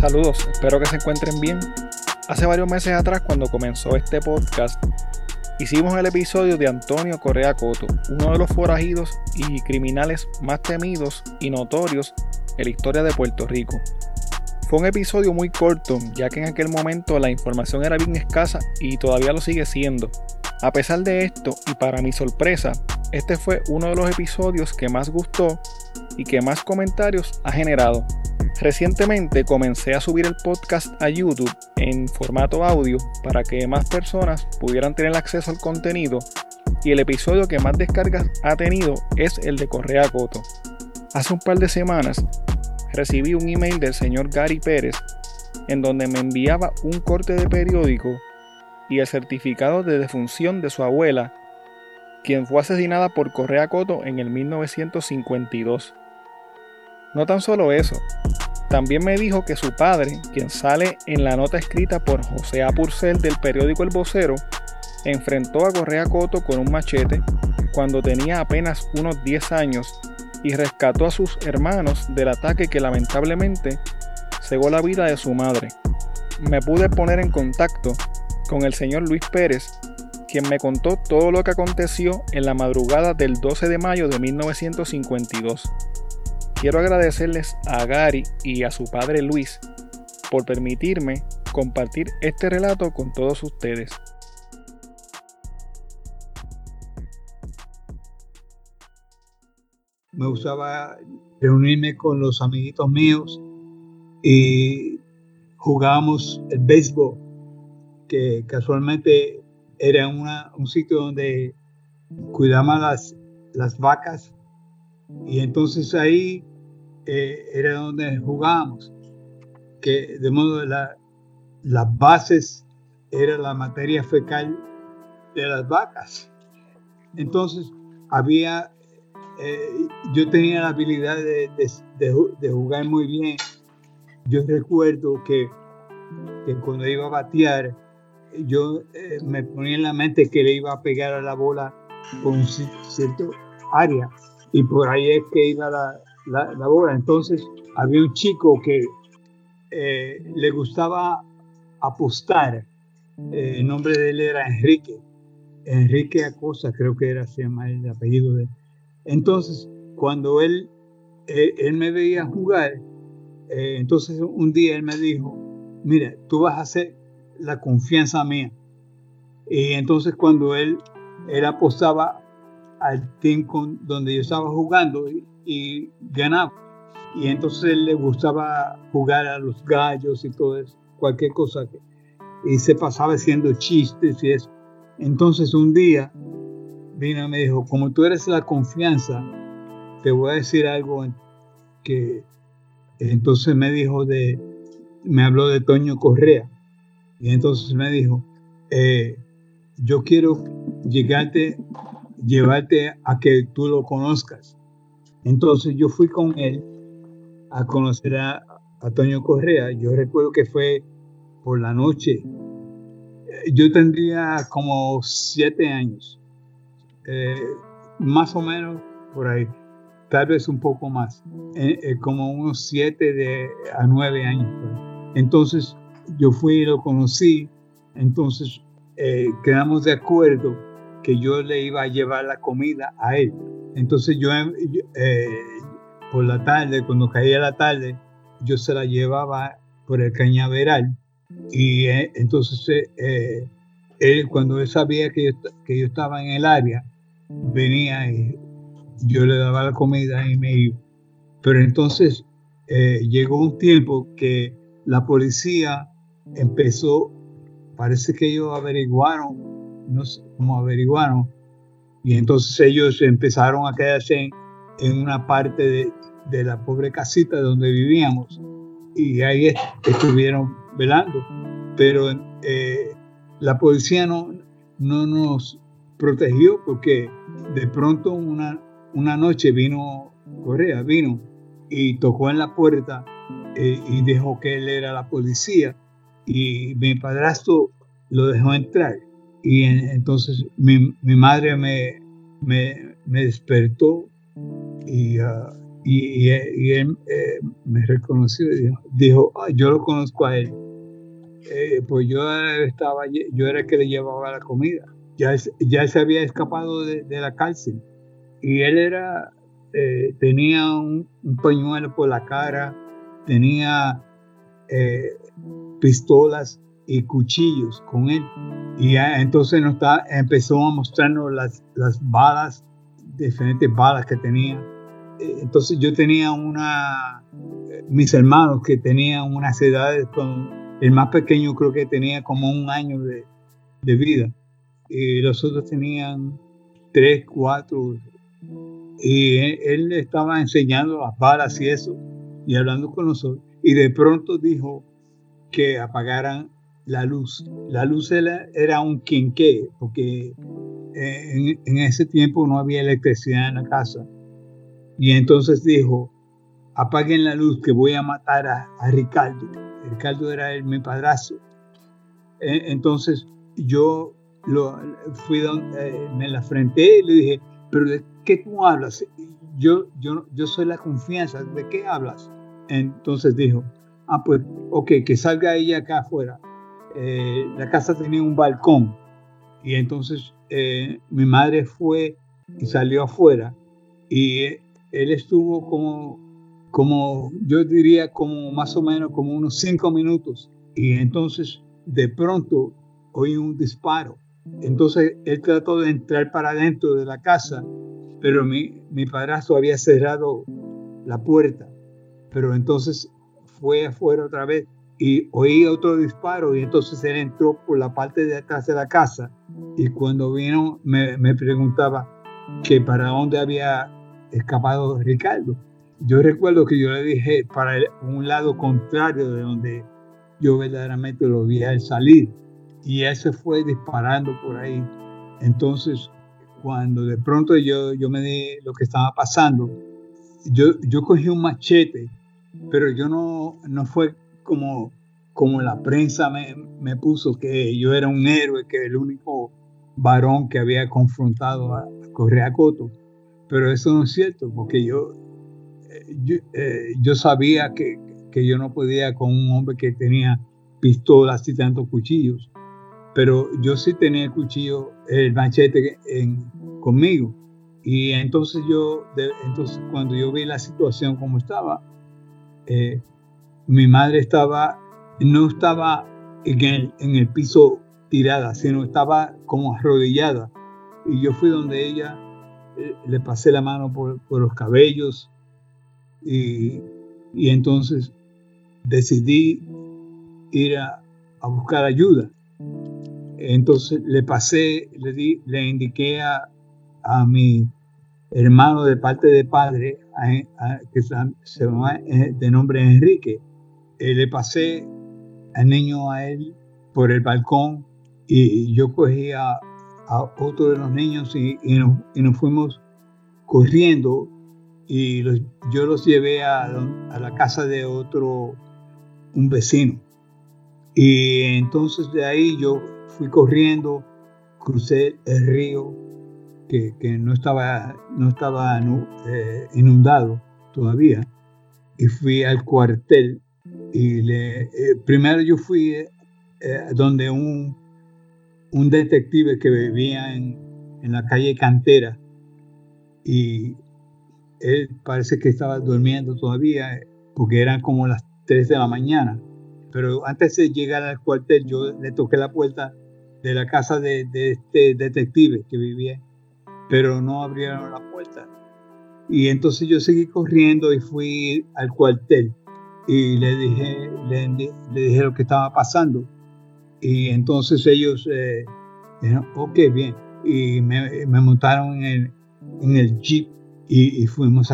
Saludos, espero que se encuentren bien. Hace varios meses atrás, cuando comenzó este podcast, hicimos el episodio de Antonio Correa Coto, uno de los forajidos y criminales más temidos y notorios en la historia de Puerto Rico. Fue un episodio muy corto, ya que en aquel momento la información era bien escasa y todavía lo sigue siendo. A pesar de esto, y para mi sorpresa, este fue uno de los episodios que más gustó y que más comentarios ha generado. Recientemente comencé a subir el podcast a YouTube en formato audio para que más personas pudieran tener acceso al contenido, y el episodio que más descargas ha tenido es el de Correa Coto. Hace un par de semanas recibí un email del señor Gary Pérez en donde me enviaba un corte de periódico y el certificado de defunción de su abuela, quien fue asesinada por Correa Coto en el 1952. No tan solo eso, también me dijo que su padre, quien sale en la nota escrita por José A. Purcell del periódico El Vocero, enfrentó a Correa Coto con un machete cuando tenía apenas unos 10 años y rescató a sus hermanos del ataque que lamentablemente cegó la vida de su madre. Me pude poner en contacto con el señor Luis Pérez, quien me contó todo lo que aconteció en la madrugada del 12 de mayo de 1952. Quiero agradecerles a Gary y a su padre Luis por permitirme compartir este relato con todos ustedes. Me gustaba reunirme con los amiguitos míos y jugábamos el béisbol, que casualmente era un sitio donde cuidaban las vacas, y entonces ahí era donde jugábamos, que de modo las bases era la materia fecal de las vacas. Entonces yo tenía la habilidad de jugar muy bien. Yo recuerdo que cuando iba a batear, yo me ponía en la mente que le iba a pegar a la bola con un cierto área, y por ahí es que iba la bola. Entonces había un chico que le gustaba apostar. El nombre de él era Enrique Acosta, creo que se llama el apellido de él. Entonces cuando él me veía jugar, entonces un día él me dijo: mira, tú vas a ser la confianza mía. Y entonces cuando él apostaba al team donde yo estaba jugando y ganaba, y entonces él le gustaba jugar a los gallos y todo eso, cualquier cosa, y se pasaba haciendo chistes y eso. Entonces un día vino y me dijo: como tú eres la confianza, te voy a decir algo que... Entonces me habló de Toño Correa, y entonces me dijo: yo quiero llevarte a que tú lo conozcas. Entonces yo fui con él a conocer a Toño Correa. Yo recuerdo que fue por la noche. Yo tendría como 7 años, más o menos por ahí, tal vez un poco más, como unos 7 a 9 años. Entonces yo fui y lo conocí. Entonces quedamos de acuerdo que yo le iba a llevar la comida a él. Entonces yo por la tarde, cuando caía la tarde, yo se la llevaba por el cañaveral, y entonces él, cuando él sabía que yo estaba en el área, venía y yo le daba la comida y me iba. Pero entonces llegó un tiempo que la policía empezó, parece que ellos averiguaron, no sé cómo averiguaron, y entonces ellos empezaron a quedarse en una parte de la pobre casita donde vivíamos, y ahí estuvieron velando. Pero la policía no nos protegió, porque de pronto una noche Correa vino y tocó en la puerta y dijo que él era la policía, y mi padrastro lo dejó entrar. Y entonces mi madre me despertó, y y él me reconoció y dijo, yo lo conozco a él. Pues yo era el que le llevaba la comida. Ya se había escapado de la cárcel. Y él tenía un pañuelo por la cara, tenía pistolas y cuchillos con él. Y entonces empezó a mostrarnos las balas, diferentes balas que tenía. Entonces yo tenía mis hermanos que tenían unas edades, el más pequeño creo que tenía como 1 año de vida. Y los otros tenían 3, 4. Y él estaba enseñando las balas y eso, y hablando con nosotros. Y de pronto dijo que apagaran la luz. La luz era un quinqué, porque en ese tiempo no había electricidad en la casa. Y entonces dijo, apaguen la luz que voy a matar a Ricardo. Ricardo era mi padrastro. Entonces yo me la enfrenté y le dije, pero ¿de qué tú hablas? Yo soy la confianza, ¿de qué hablas? Entonces dijo, pues, ok, que salga ella acá afuera. La casa tenía un balcón y entonces mi madre fue y salió afuera y él estuvo como yo diría como más o menos como unos 5 minutos y entonces de pronto oí un disparo. Entonces él trató de entrar para adentro de la casa, pero mi padrastro había cerrado la puerta, pero entonces fue afuera otra vez y oí otro disparo y entonces él entró por la parte de atrás de la casa y cuando vino me preguntaba que para dónde había escapado Ricardo. Yo recuerdo que yo le dije para un lado contrario de donde yo verdaderamente lo vi a él salir y él se fue disparando por ahí. Entonces cuando de pronto yo me di lo que estaba pasando, yo cogí un machete, pero yo no fue como la prensa me puso que yo era un héroe, que el único varón que había confrontado a Correa Coto. Pero eso no es cierto, porque yo sabía que yo no podía con un hombre que tenía pistolas y tantos cuchillos. Pero yo sí tenía el cuchillo, el machete conmigo. Y entonces cuando yo vi la situación como estaba, mi madre no estaba en el piso tirada, sino estaba como arrodillada. Y yo fui donde ella, le pasé la mano por los cabellos y entonces decidí ir a buscar ayuda. Entonces le indiqué a mi hermano de parte de padre, que se llama de nombre Enrique. Le pasé al niño a él por el balcón y yo cogí a otro de los niños y nos fuimos corriendo y yo los llevé a la casa de un vecino. Y entonces de ahí yo fui corriendo, crucé el río que no estaba inundado todavía y fui al cuartel y primero yo fui donde un detective que vivía en la calle Cantera y él parece que estaba durmiendo todavía porque eran como las 3 de la mañana. Pero antes de llegar al cuartel, yo le toqué la puerta de la casa de este detective que vivía, pero no abrieron la puerta. Y entonces yo seguí corriendo y fui al cuartel y le dije lo que estaba pasando. Y entonces ellos dijeron, ok, bien. Y me montaron en el jeep y fuimos a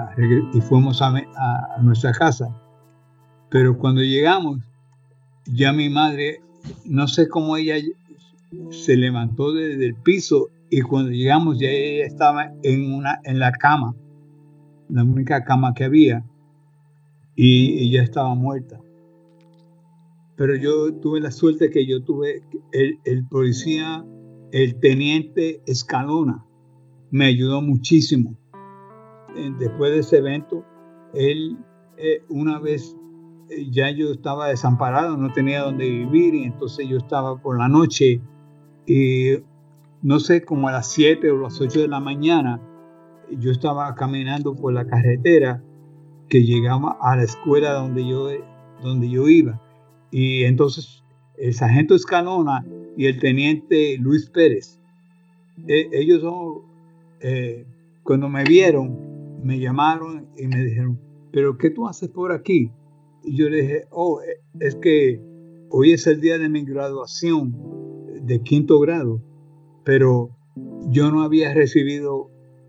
nuestra casa. Pero cuando llegamos, ya mi madre, no sé cómo ella se levantó del piso y cuando llegamos ya ella estaba en la cama, la única cama que había, y ella estaba muerta. Pero yo tuve la suerte que yo tuve el policía, el teniente Escalona, me ayudó muchísimo. después de ese evento, él una vez ya yo estaba desamparado, no tenía dónde vivir, y entonces yo estaba por la noche y no sé, como a las 7 o las 8 de la mañana, yo estaba caminando por la carretera que llegaba a la escuela donde yo iba. Y entonces el sargento Escalona y el teniente Luis Pérez, ellos cuando me vieron, me llamaron y me dijeron, ¿pero qué tú haces por aquí? Y yo le dije, es que hoy es el día de mi graduación de 5º grado, pero yo no había recibido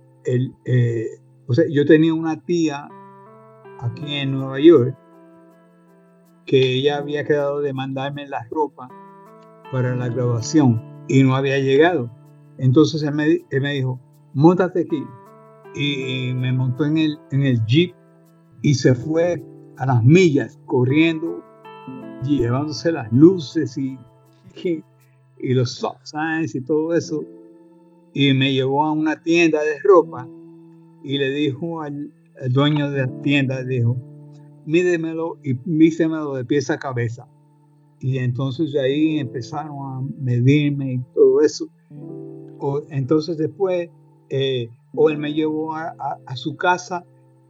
yo tenía una tía aquí en Nueva York que ella había quedado de mandarme la ropa para la graduación y no había llegado. Entonces él me dijo, móntate aquí. Y me montó en el jeep y se fue a las millas corriendo, llevándose las luces y los stop signs y todo eso. Y me llevó a una tienda de ropa y le dijo al dueño de la tienda, dijo, mídemelo y mísemelo de pies a cabeza. Y entonces de ahí empezaron a medirme y todo eso. Entonces después, él me llevó a su casa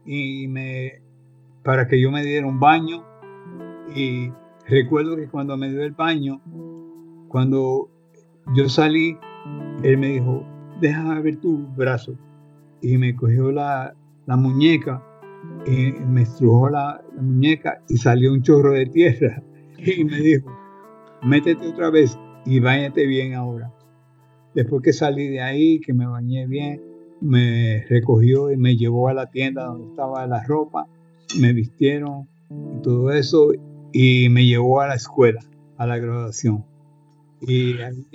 para que yo me diera un baño. Y recuerdo que cuando me dio el baño, cuando yo salí, él me dijo, déjame ver tu brazo. Y me cogió la muñeca y me estrujó la muñeca y salió un chorro de tierra. Y me dijo, métete otra vez y báñate bien ahora. Después que salí de ahí, que me bañé bien, me recogió y me llevó a la tienda donde estaba la ropa, me vistieron y todo eso, y me llevó a la escuela, a la graduación. Y ahí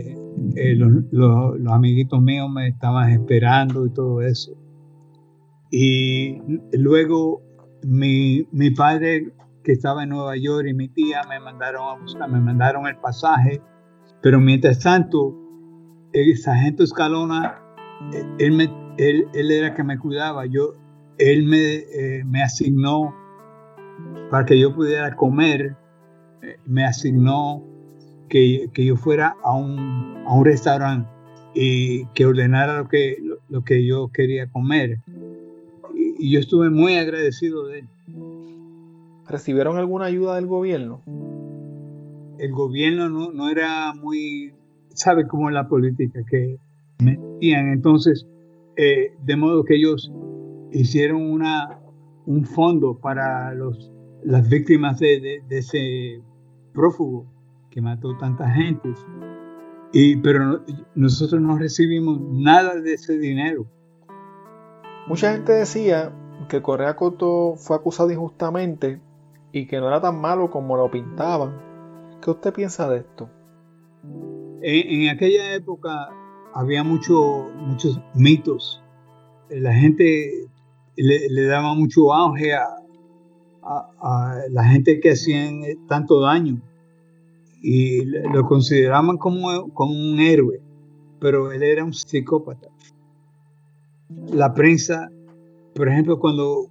los amiguitos míos me estaban esperando y todo eso. Y luego mi padre, que estaba en Nueva York, y mi tía me mandaron a buscar, me mandaron el pasaje. Pero mientras tanto, el sargento Escalona, él era el que me cuidaba. Él me asignó para que yo pudiera comer, me asignó que yo fuera a un restaurante y que ordenara lo que yo quería comer. Y yo estuve muy agradecido de él. ¿Recibieron alguna ayuda del gobierno? El gobierno no era muy, sabe cómo es la política, que metían. Entonces, de modo que ellos hicieron un fondo para las víctimas de ese prófugo que mató tanta gente. Pero nosotros no recibimos nada de ese dinero. Mucha gente decía que Correa Cotto fue acusado injustamente y que no era tan malo como lo pintaban. ¿Qué usted piensa de esto? En aquella época había muchos mitos. La gente le daba mucho auge a la gente que hacían tanto daño y lo consideraban como un héroe, pero él era un psicópata. La prensa, por ejemplo, cuando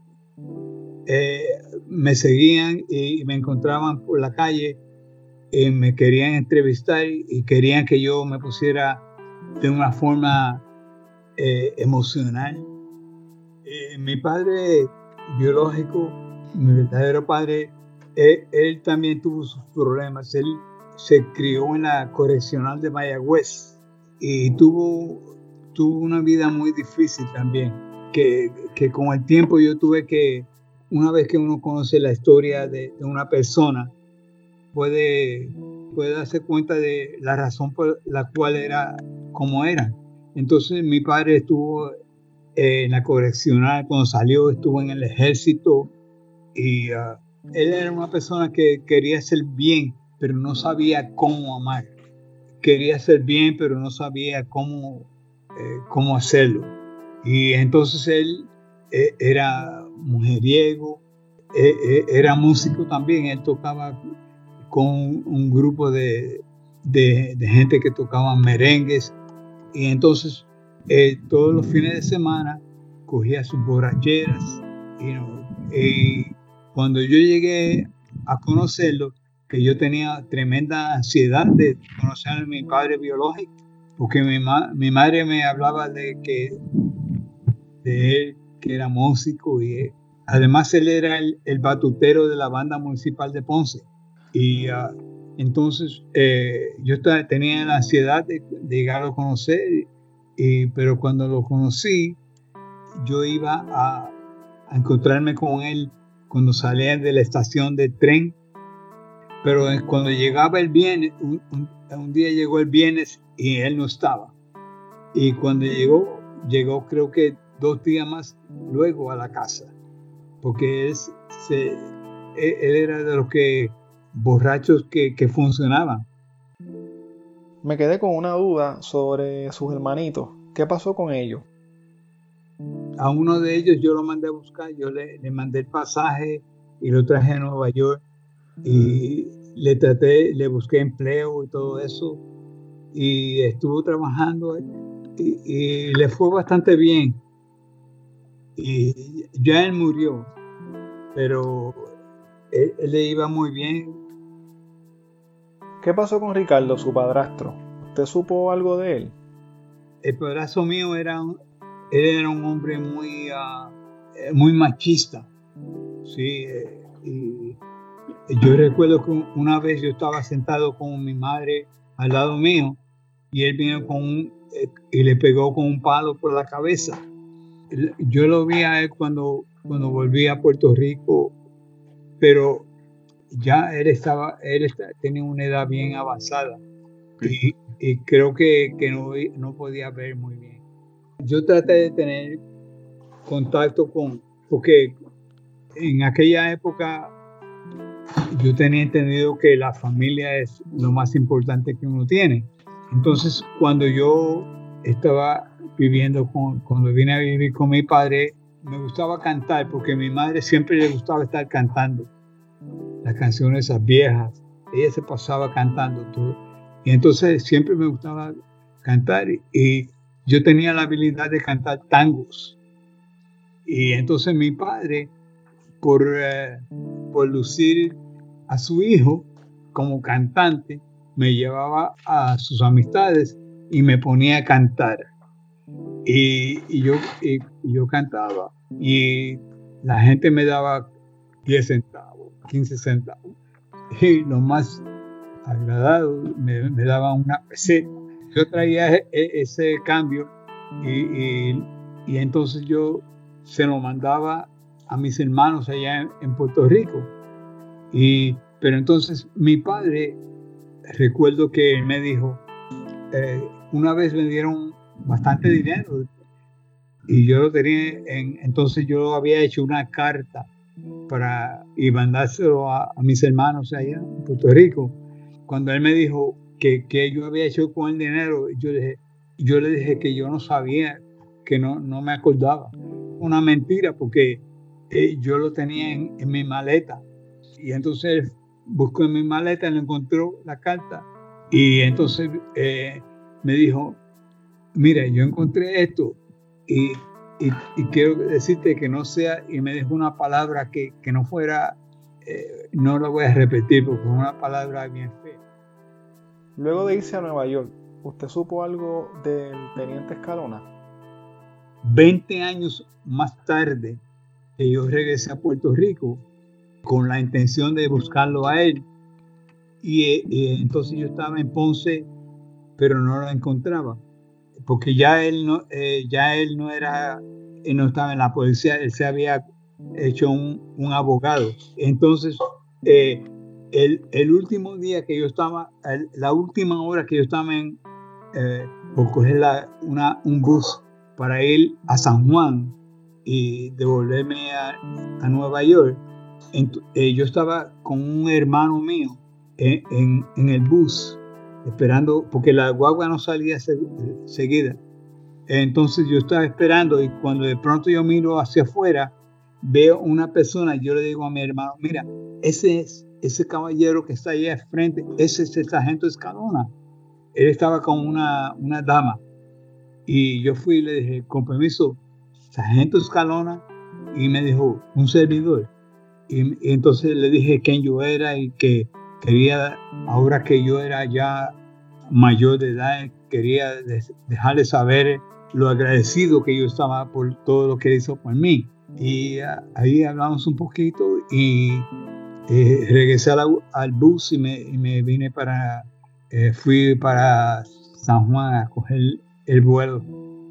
me seguían y me encontraban por la calle, me querían entrevistar y querían que yo me pusiera de una forma emocional. Mi padre biológico, mi verdadero padre, él también tuvo sus problemas. Él se crió en la correccional de Mayagüez y tuvo una vida muy difícil también, que con el tiempo yo tuve que, una vez que uno conoce la historia de una persona, puede darse cuenta de la razón por la cual era como era. Entonces mi padre estuvo en la correccional, cuando salió estuvo en el ejército y él era una persona que quería hacer bien, pero no sabía cómo amar. Quería hacer bien, pero no sabía cómo hacerlo. Y entonces él era mujeriego, era músico también. Él tocaba con un grupo de gente que tocaban merengues. Y entonces todos los fines de semana, cogía sus borracheras. Y cuando yo llegué a conocerlo, que yo tenía tremenda ansiedad de conocer a mi padre biológico, porque mi madre me hablaba de él, que era músico, y además él era el batutero de la banda municipal de Ponce. Y entonces yo tenía la ansiedad de llegar a conocer, pero cuando lo conocí, yo iba a encontrarme con él cuando salía de la estación de tren. Pero cuando llegaba el viernes, un día llegó el viernes y él no estaba. Y cuando llegó creo que 2 días más luego a la casa. Porque él era de los borrachos que funcionaban. Me quedé con una duda sobre sus hermanitos. ¿Qué pasó con ellos? A uno de ellos yo lo mandé a buscar, yo le mandé el pasaje y lo traje a Nueva York. Y le busqué empleo y todo eso, y estuvo trabajando y le fue bastante bien, y ya él murió, pero él le iba muy bien. ¿Qué pasó con Ricardo, su padrastro? ¿Usted supo algo de él? El padrastro mío él era un hombre muy machista, sí, y yo recuerdo que una vez yo estaba sentado con mi madre al lado mío y él vino y le pegó con un palo por la cabeza. Yo lo vi a él cuando volví a Puerto Rico, pero ya él tenía una edad bien avanzada y creo que no podía ver muy bien. Yo traté de tener contacto porque en aquella época yo tenía entendido que la familia es lo más importante que uno tiene. Entonces, cuando yo estaba cuando vine a vivir con mi padre, me gustaba cantar porque a mi madre siempre le gustaba estar cantando las canciones esas viejas. Ella se pasaba cantando todo. Y entonces siempre me gustaba cantar y yo tenía la habilidad de cantar tangos. Y entonces mi padre, por lucir a su hijo como cantante, me llevaba a sus amistades y me ponía a cantar. Y yo cantaba y la gente me daba 10 centavos, 15 centavos. Y lo más agradado me daban una peseta. Yo traía ese cambio y entonces yo se lo mandaba a mis hermanos allá en Puerto Rico. Pero entonces mi padre, recuerdo que él me dijo, una vez me dieron bastante dinero y yo lo tenía, entonces yo había hecho una carta y mandárselo a mis hermanos allá en Puerto Rico. Cuando él me dijo que yo había hecho con el dinero, yo le dije que yo no sabía, que no me acordaba. Una mentira porque yo lo tenía en mi maleta. Y entonces él buscó en mi maleta, le encontró la carta y entonces me dijo, mira, yo encontré esto y quiero decirte que no sea, y me dijo una palabra que no fuera, no la voy a repetir porque es una palabra bien fea. Luego de irse a Nueva York, ¿usted supo algo del teniente Escalona? 20 años más tarde que yo regresé a Puerto Rico con la intención de buscarlo a él, y entonces yo estaba en Ponce, pero no lo encontraba porque ya él no estaba en la policía, él se había hecho un abogado. Entonces el último día que yo estaba, la última hora que yo estaba por coger un bus para ir a San Juan y devolverme a Nueva York, yo estaba con un hermano mío en el bus esperando, porque la guagua no salía seguida. Entonces yo estaba esperando y cuando de pronto yo miro hacia afuera, veo una persona y yo le digo a mi hermano, mira, ese caballero que está ahí al frente, ese es el sargento Escalona. Él estaba con una dama y yo fui y le dije, con permiso, Sargento Escalona, y me dijo, un servidor. Y entonces le dije quién yo era y que quería, ahora que yo era ya mayor de edad, quería dejarle saber lo agradecido que yo estaba por todo lo que hizo por mí. Y ahí hablamos un poquito y regresé al bus y me vine fui para San Juan a coger el vuelo.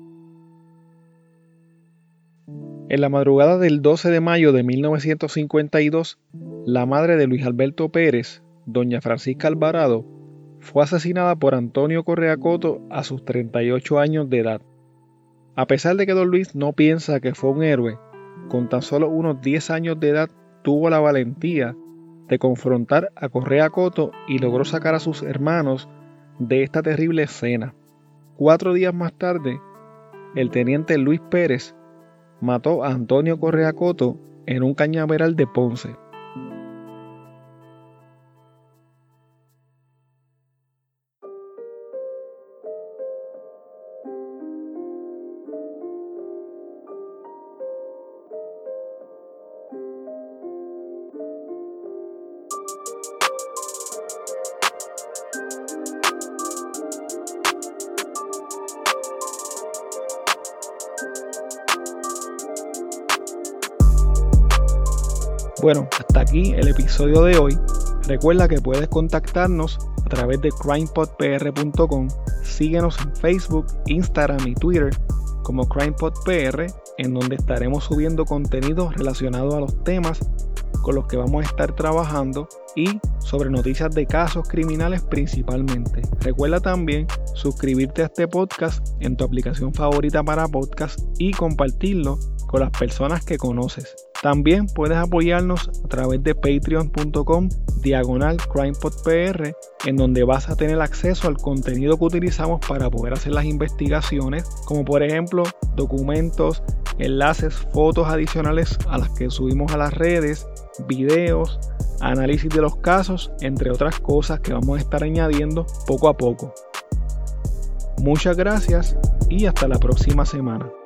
En la madrugada del 12 de mayo de 1952, la madre de Luis Alberto Pérez, doña Francisca Alvarado, fue asesinada por Antonio Correa Coto a sus 38 años de edad. A pesar de que don Luis no piensa que fue un héroe, con tan solo unos 10 años de edad tuvo la valentía de confrontar a Correa Coto y logró sacar a sus hermanos de esta terrible escena. 4 días más tarde, el teniente Luis Pérez mató a Antonio Correa Coto en un cañaveral de Ponce. Bueno, hasta aquí el episodio de hoy. Recuerda que puedes contactarnos a través de crimepodpr.com. Síguenos en Facebook, Instagram y Twitter como CrimePodPR, en donde estaremos subiendo contenido relacionado a los temas con los que vamos a estar trabajando y sobre noticias de casos criminales principalmente. Recuerda también suscribirte a este podcast en tu aplicación favorita para podcast y compartirlo con las personas que conoces. También puedes apoyarnos a través de patreon.com/CrimePodPR, en donde vas a tener acceso al contenido que utilizamos para poder hacer las investigaciones, como por ejemplo documentos, enlaces, fotos adicionales a las que subimos a las redes, videos, análisis de los casos, entre otras cosas que vamos a estar añadiendo poco a poco. Muchas gracias y hasta la próxima semana.